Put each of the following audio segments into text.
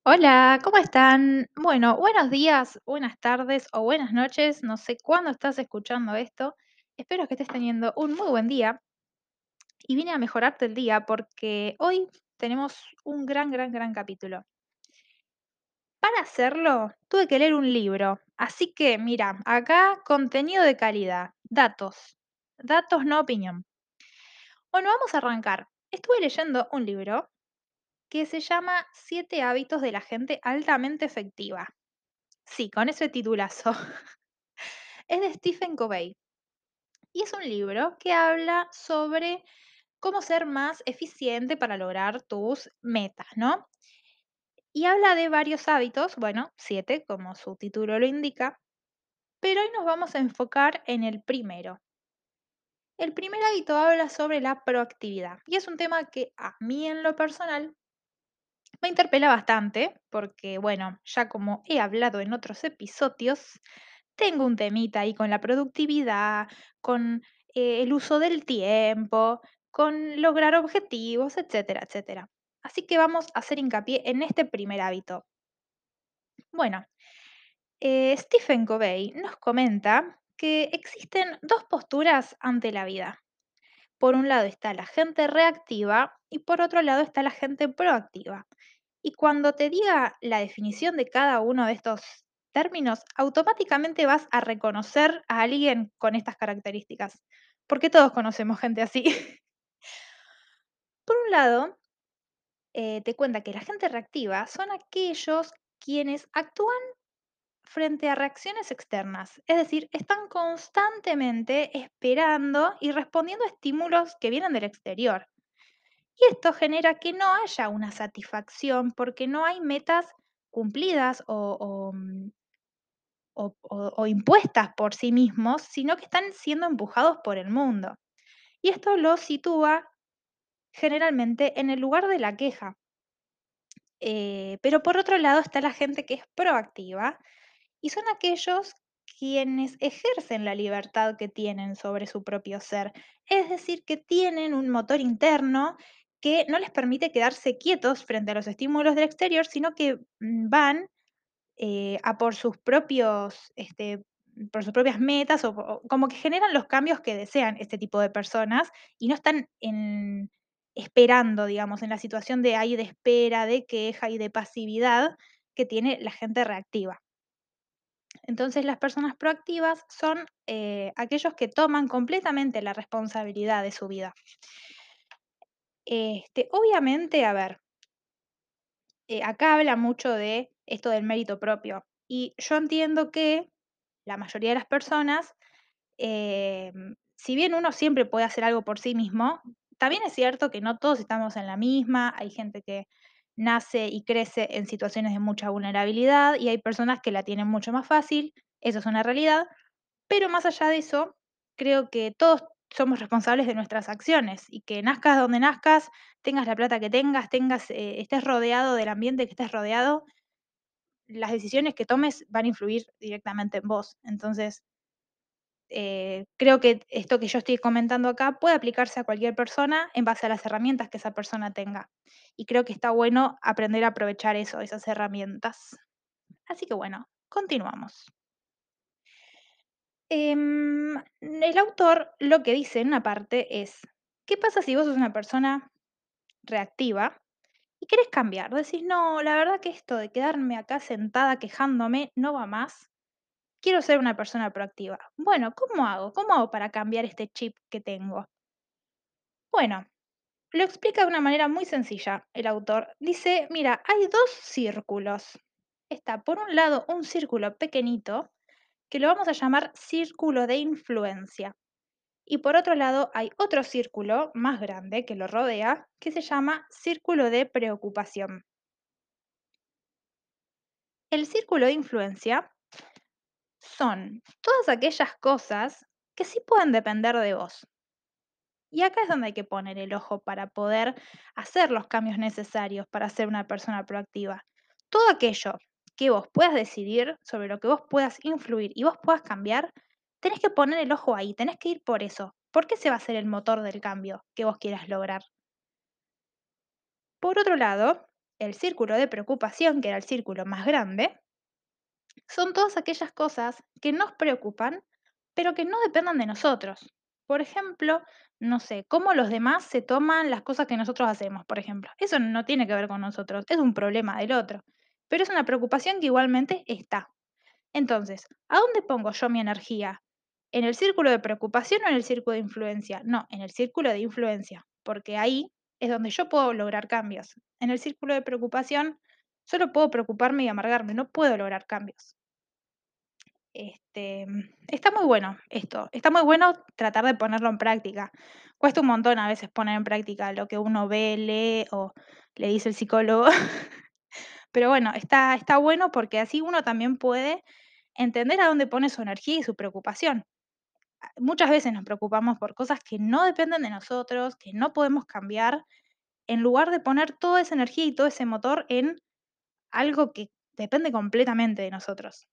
Hola, ¿cómo están? Bueno, buenos días, buenas tardes o buenas noches. No sé cuándo estás escuchando esto. Espero que estés teniendo un muy buen día y vine a mejorarte el día porque hoy tenemos un gran capítulo. Para hacerlo, tuve que leer un libro. Así que, mira, acá contenido de calidad, datos no opinión. Bueno, vamos a arrancar. Estuve leyendo un libro que se llama Siete hábitos de la gente altamente efectiva. Sí, con ese titulazo. Es de Stephen Covey y es un libro que habla sobre cómo ser más eficiente para lograr tus metas, ¿no? Y habla de varios hábitos, bueno, siete, como su título lo indica, pero hoy nos vamos a enfocar en el primero. El primer hábito habla sobre la proactividad y es un tema que a mí en lo personal me interpela bastante porque, bueno, ya como he hablado en otros episodios, tengo un temita ahí con la productividad, con el uso del tiempo, con lograr objetivos, etcétera, etcétera. Así que vamos a hacer hincapié en este primer hábito. Bueno, Stephen Covey nos comenta que existen dos posturas ante la vida. Por un lado está la gente reactiva y por otro lado está la gente proactiva. Y cuando te diga la definición de cada uno de estos términos, automáticamente vas a reconocer a alguien con estas características, porque todos conocemos gente así. Por un lado, te cuenta que la gente reactiva son aquellos quienes actúan frente a reacciones externas, es decir, están constantemente esperando y respondiendo a estímulos que vienen del exterior. Y esto genera que no haya una satisfacción porque no hay metas cumplidas o impuestas por sí mismos, sino que están siendo empujados por el mundo. Y esto los sitúa generalmente en el lugar de la queja. Pero por otro lado está la gente que es proactiva y son aquellos quienes ejercen la libertad que tienen sobre su propio ser. Es decir, que tienen un motor interno que no les permite quedarse quietos frente a los estímulos del exterior, sino que van a por sus propios, por sus propias metas o como que generan los cambios que desean este tipo de personas y no están esperando, digamos, en la situación de ahí de espera, de queja y de pasividad que tiene la gente reactiva. Entonces, las personas proactivas son aquellos que toman completamente la responsabilidad de su vida. Obviamente, a ver, acá habla mucho de esto del mérito propio. Y yo entiendo que la mayoría de las personas, si bien uno siempre puede hacer algo por sí mismo, también es cierto que no todos estamos en la misma. Hay gente que nace y crece en situaciones de mucha vulnerabilidad y hay personas que la tienen mucho más fácil. Eso es una realidad. Pero más allá de eso, creo que todos somos responsables de nuestras acciones y que nazcas donde nazcas, tengas la plata que tengas, estés rodeado del ambiente que estés rodeado, las decisiones que tomes van a influir directamente en vos. Entonces, creo que esto que yo estoy comentando acá puede aplicarse a cualquier persona en base a las herramientas que esa persona tenga. Y creo que está bueno aprender a aprovechar eso, esas herramientas. Así que bueno, continuamos. El autor lo que dice en una parte es, ¿qué pasa si vos sos una persona reactiva y querés cambiar? Decís, no, la verdad que esto de quedarme acá sentada quejándome no va más. Quiero ser una persona proactiva. Bueno, ¿cómo hago? ¿Cómo hago para cambiar este chip que tengo? Bueno, lo explica de una manera muy sencilla el autor. Dice, mira, hay dos círculos. Está por un lado un círculo pequeñito que lo vamos a llamar círculo de influencia. Y por otro lado, hay otro círculo más grande que lo rodea, que se llama círculo de preocupación. El círculo de influencia son todas aquellas cosas que sí pueden depender de vos. Y acá es donde hay que poner el ojo para poder hacer los cambios necesarios para ser una persona proactiva. Todo aquello que vos puedas decidir, sobre lo que vos puedas influir y vos puedas cambiar, tenés que poner el ojo ahí, tenés que ir por eso, porque ese va a ser el motor del cambio que vos quieras lograr. Por otro lado, el círculo de preocupación, que era el círculo más grande, son todas aquellas cosas que nos preocupan, pero que no dependan de nosotros. Por ejemplo, no sé, cómo los demás se toman las cosas que nosotros hacemos, por ejemplo. Eso no tiene que ver con nosotros, es un problema del otro, pero es una preocupación que igualmente está. Entonces, ¿a dónde pongo yo mi energía? ¿En el círculo de preocupación o en el círculo de influencia? No, en el círculo de influencia, porque ahí es donde yo puedo lograr cambios. En el círculo de preocupación solo puedo preocuparme y amargarme, no puedo lograr cambios. Está muy bueno esto, está muy bueno tratar de ponerlo en práctica. Cuesta un montón a veces poner en práctica lo que uno ve, lee o le dice el psicólogo, pero bueno, está bueno porque así uno también puede entender a dónde pone su energía y su preocupación. Muchas veces nos preocupamos por cosas que no dependen de nosotros, que no podemos cambiar, en lugar de poner toda esa energía y todo ese motor en algo que depende completamente de nosotros.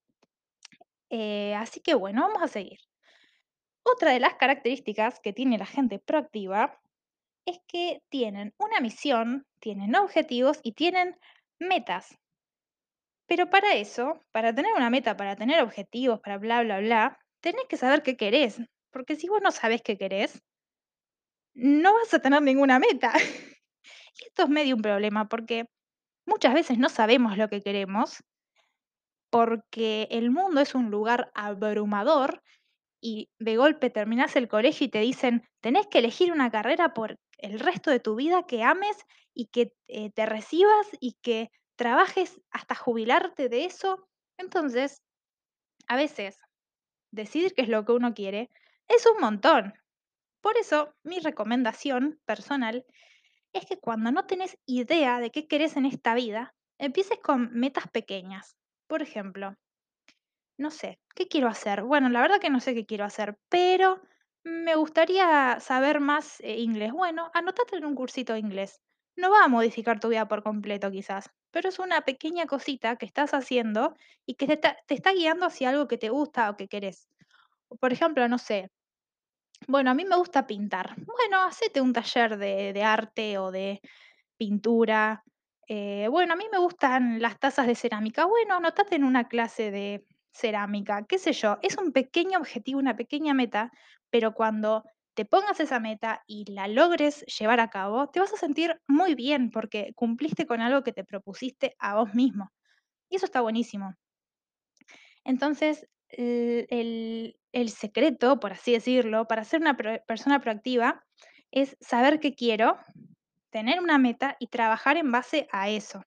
Así que bueno, vamos a seguir. Otra de las características que tiene la gente proactiva es que tienen una misión, tienen objetivos y tienen metas. Pero para eso, para tener una meta, para tener objetivos, para bla, bla, bla, tenés que saber qué querés. Porque si vos no sabés qué querés, no vas a tener ninguna meta. Y esto es medio un problema porque muchas veces no sabemos lo que queremos porque el mundo es un lugar abrumador y de golpe terminás el colegio y te dicen, tenés que elegir una carrera por el resto de tu vida que ames y que te recibas y que trabajes hasta jubilarte de eso. Entonces, a veces, decidir qué es lo que uno quiere es un montón. Por eso, mi recomendación personal es que cuando no tenés idea de qué querés en esta vida, empieces con metas pequeñas. Por ejemplo, no sé, ¿qué quiero hacer? Bueno, la verdad que no sé qué quiero hacer, pero me gustaría saber más inglés. Bueno, anótate en un cursito de inglés. No va a modificar tu vida por completo quizás, pero es una pequeña cosita que estás haciendo y que te está guiando hacia algo que te gusta o que querés. O, por ejemplo, no sé, bueno, a mí me gusta pintar. Bueno, hacete un taller de arte o de pintura. Bueno, a mí me gustan las tazas de cerámica. Bueno, anotate en una clase de cerámica, qué sé yo. Es un pequeño objetivo, una pequeña meta, pero cuando te pongas esa meta y la logres llevar a cabo, te vas a sentir muy bien porque cumpliste con algo que te propusiste a vos mismo. Y eso está buenísimo. Entonces, el secreto, por así decirlo, para ser una persona proactiva es saber qué quiero, tener una meta y trabajar en base a eso.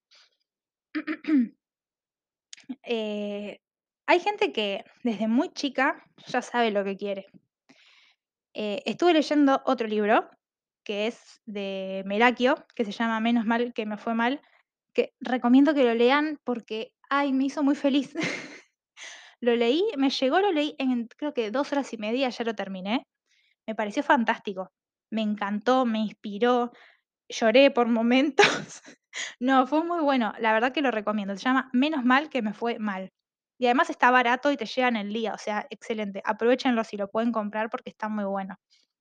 Eh, Hay gente que desde muy chica ya sabe lo que quiere. Estuve leyendo otro libro que es de Merakio, que se llama Menos mal que me fue mal, que recomiendo que lo lean porque, ay, me hizo muy feliz. Lo leí, me llegó, lo leí en creo que 2 horas y media, ya lo terminé. Me pareció fantástico. Me encantó, me inspiró, lloré por momentos. No, fue muy bueno, la verdad que lo recomiendo. Se llama Menos mal que me fue mal. Y además está barato y te llega en el día, o sea, excelente. Aprovechenlo si lo pueden comprar porque está muy bueno.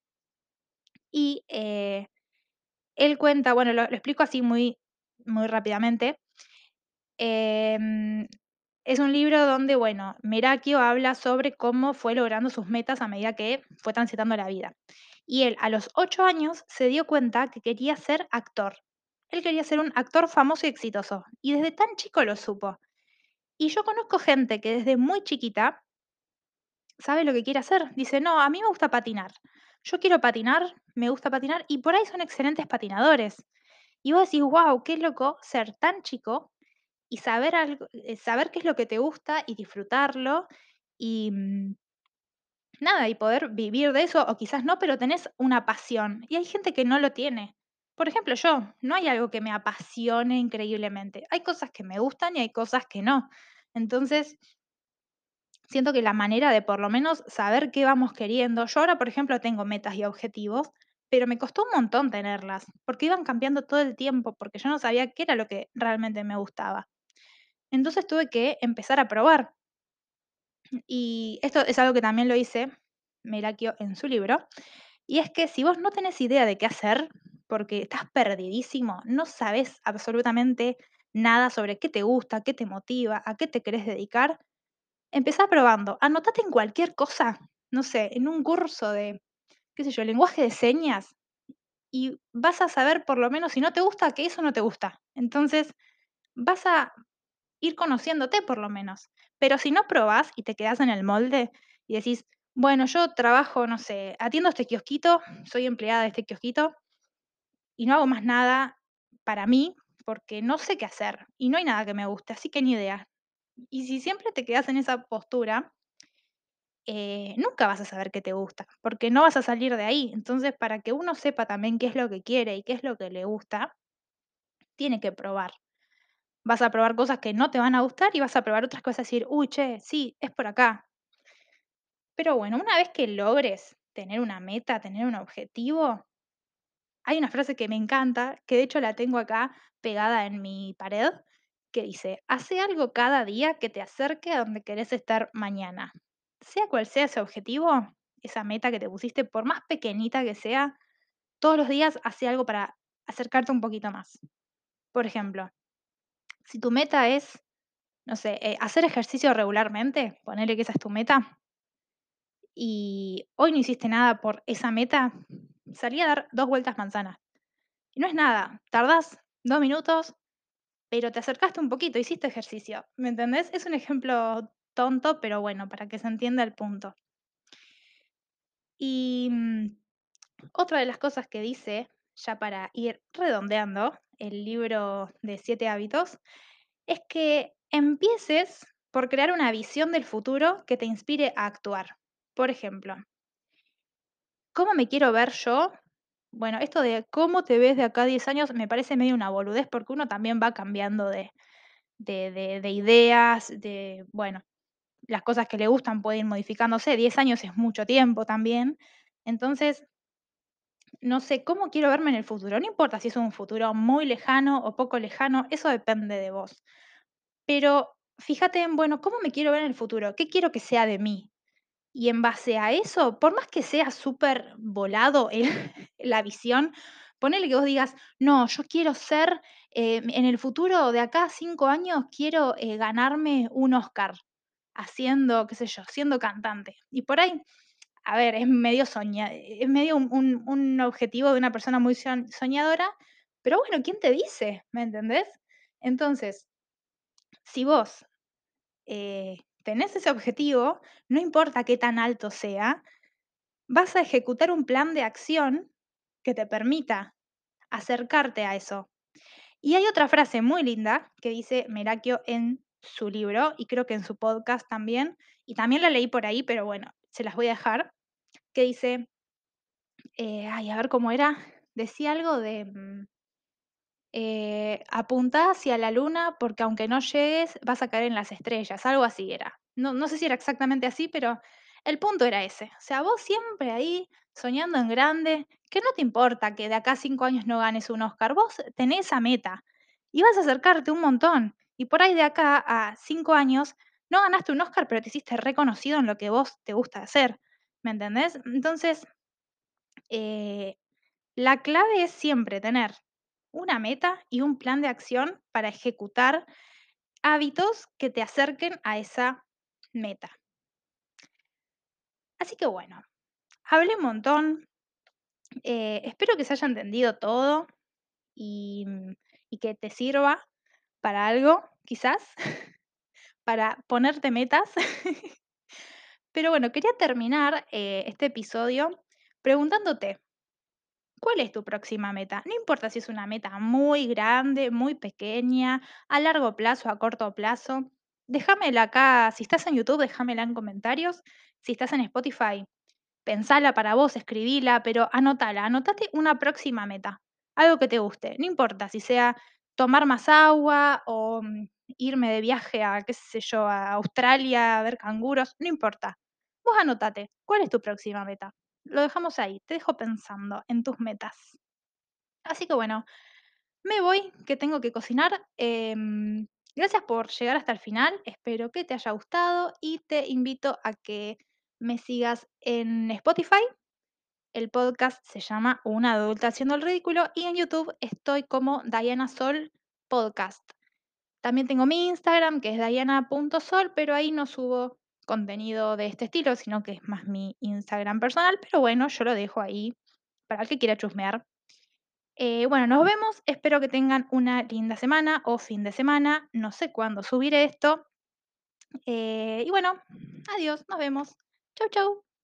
Y él cuenta, bueno, lo explico así muy, muy rápidamente. Em, es un libro donde, bueno, Merakio habla sobre cómo fue logrando sus metas a medida que fue transitando la vida. Y él, a los 8 años, se dio cuenta que quería ser actor. Él quería ser un actor famoso y exitoso. Y desde tan chico lo supo. Y yo conozco gente que desde muy chiquita sabe lo que quiere hacer. Dice, no, a mí me gusta patinar. Yo quiero patinar, me gusta patinar, y por ahí son excelentes patinadores. Y vos decís, wow, qué loco ser tan chico y saber algo, saber qué es lo que te gusta y disfrutarlo y, nada, y poder vivir de eso, o quizás no, pero tenés una pasión. Y hay gente que no lo tiene. Por ejemplo, yo, no hay algo que me apasione increíblemente. Hay cosas que me gustan y hay cosas que no. Entonces, siento que la manera de por lo menos saber qué vamos queriendo. Yo ahora, por ejemplo, tengo metas y objetivos, pero me costó un montón tenerlas, porque iban cambiando todo el tiempo, porque yo no sabía qué era lo que realmente me gustaba. Entonces tuve que empezar a probar. Y esto es algo que también lo dice Merakio en su libro, y es que si vos no tenés idea de qué hacer, porque estás perdidísimo, no sabes absolutamente nada sobre qué te gusta, qué te motiva, a qué te querés dedicar, empezá probando. Anotate en cualquier cosa, no sé, en un curso de, qué sé yo, lenguaje de señas y vas a saber por lo menos si no te gusta, que eso no te gusta. Entonces, vas a ir conociéndote por lo menos. Pero si no probás y te quedás en el molde y decís, bueno, yo trabajo, no sé, atiendo este kiosquito, soy empleada de este kiosquito y no hago más nada para mí porque no sé qué hacer y no hay nada que me guste, así que ni idea. Y si siempre te quedas en esa postura, nunca vas a saber qué te gusta, porque no vas a salir de ahí. Entonces, para que uno sepa también qué es lo que quiere y qué es lo que le gusta, tiene que probar. Vas a probar cosas que no te van a gustar y vas a probar otras cosas y decir, uy, che, sí, es por acá. Pero bueno, una vez que logres tener una meta, tener un objetivo, hay una frase que me encanta, que de hecho la tengo acá pegada en mi pared, que dice, hace algo cada día que te acerque a donde querés estar mañana. Sea cual sea ese objetivo, esa meta que te pusiste, por más pequeñita que sea, todos los días hace algo para acercarte un poquito más. Por ejemplo, si tu meta es, no sé, hacer ejercicio regularmente, ponele que esa es tu meta, y hoy no hiciste nada por esa meta, salí a dar 2 vueltas manzanas. Y no es nada, tardás 2 minutos, pero te acercaste un poquito, hiciste ejercicio, ¿me entendés? Es un ejemplo tonto, pero bueno, para que se entienda el punto. Y otra de las cosas que dice, ya para ir redondeando el libro de 7 hábitos, es que empieces por crear una visión del futuro que te inspire a actuar. Por ejemplo, ¿cómo me quiero ver yo? Bueno, esto de cómo te ves de acá a 10 años me parece medio una boludez porque uno también va cambiando de ideas, de, bueno, las cosas que le gustan pueden ir modificándose. 10 años es mucho tiempo también. Entonces, no sé cómo quiero verme en el futuro. No importa si es un futuro muy lejano o poco lejano, eso depende de vos. Pero fíjate en, bueno, ¿cómo me quiero ver en el futuro? ¿Qué quiero que sea de mí? Y en base a eso, por más que sea súper volado el la visión, ponele que vos digas: "No, yo quiero ser, en el futuro, de acá a 5 años, quiero, ganarme un Oscar haciendo, qué sé yo, siendo cantante". Y por ahí, a ver, es medio un objetivo de una persona muy soñadora, pero bueno, ¿quién te dice? ¿Me entendés? Entonces, si vos, tenés ese objetivo, no importa qué tan alto sea, vas a ejecutar un plan de acción que te permita acercarte a eso. Y hay otra frase muy linda que dice Merakio en su libro y creo que en su podcast también, y también la leí por ahí, pero bueno, se las voy a dejar, que dice, ay, a ver cómo era, decía algo de, apuntá hacia la luna porque aunque no llegues vas a caer en las estrellas, algo así era. No sé si era exactamente así, pero el punto era ese. O sea, vos siempre ahí soñando en grande, que no te importa que de acá a 5 años no ganes un Oscar, vos tenés esa meta y vas a acercarte un montón. Y por ahí de acá a 5 años no ganaste un Oscar, pero te hiciste reconocido en lo que vos te gusta hacer. ¿Me entendés? Entonces, eh, la clave es siempre tener una meta y un plan de acción para ejecutar hábitos que te acerquen a esa meta. Así que bueno, hablé un montón, espero que se haya entendido todo y, y que te sirva para algo, quizás, para ponerte metas. Pero bueno, quería terminar este episodio preguntándote, ¿cuál es tu próxima meta? No importa si es una meta muy grande, muy pequeña, a largo plazo, a corto plazo. Déjamela acá, si estás en YouTube, déjamela en comentarios. Si estás en Spotify, pensala para vos, escribila, pero anótala, anótate una próxima meta, algo que te guste. No importa si sea tomar más agua o irme de viaje a, qué sé yo, a Australia a ver canguros, no importa. Vos anotate, ¿cuál es tu próxima meta? Lo dejamos ahí, te dejo pensando en tus metas. Así que bueno, me voy, que tengo que cocinar. Gracias por llegar hasta el final, espero que te haya gustado y te invito a que me sigas en Spotify El podcast se llama Una adulta haciendo el ridículo y en YouTube estoy como Diana Sol Podcast. También tengo mi Instagram, que es diana.sol, pero ahí no subo contenido de este estilo, sino que es más mi Instagram personal, pero bueno, yo lo dejo ahí para el que quiera chusmear. Bueno, nos vemos, espero que tengan una linda semana o fin de semana, no sé cuándo subiré esto. Y bueno, adiós, nos vemos. Chau, chau.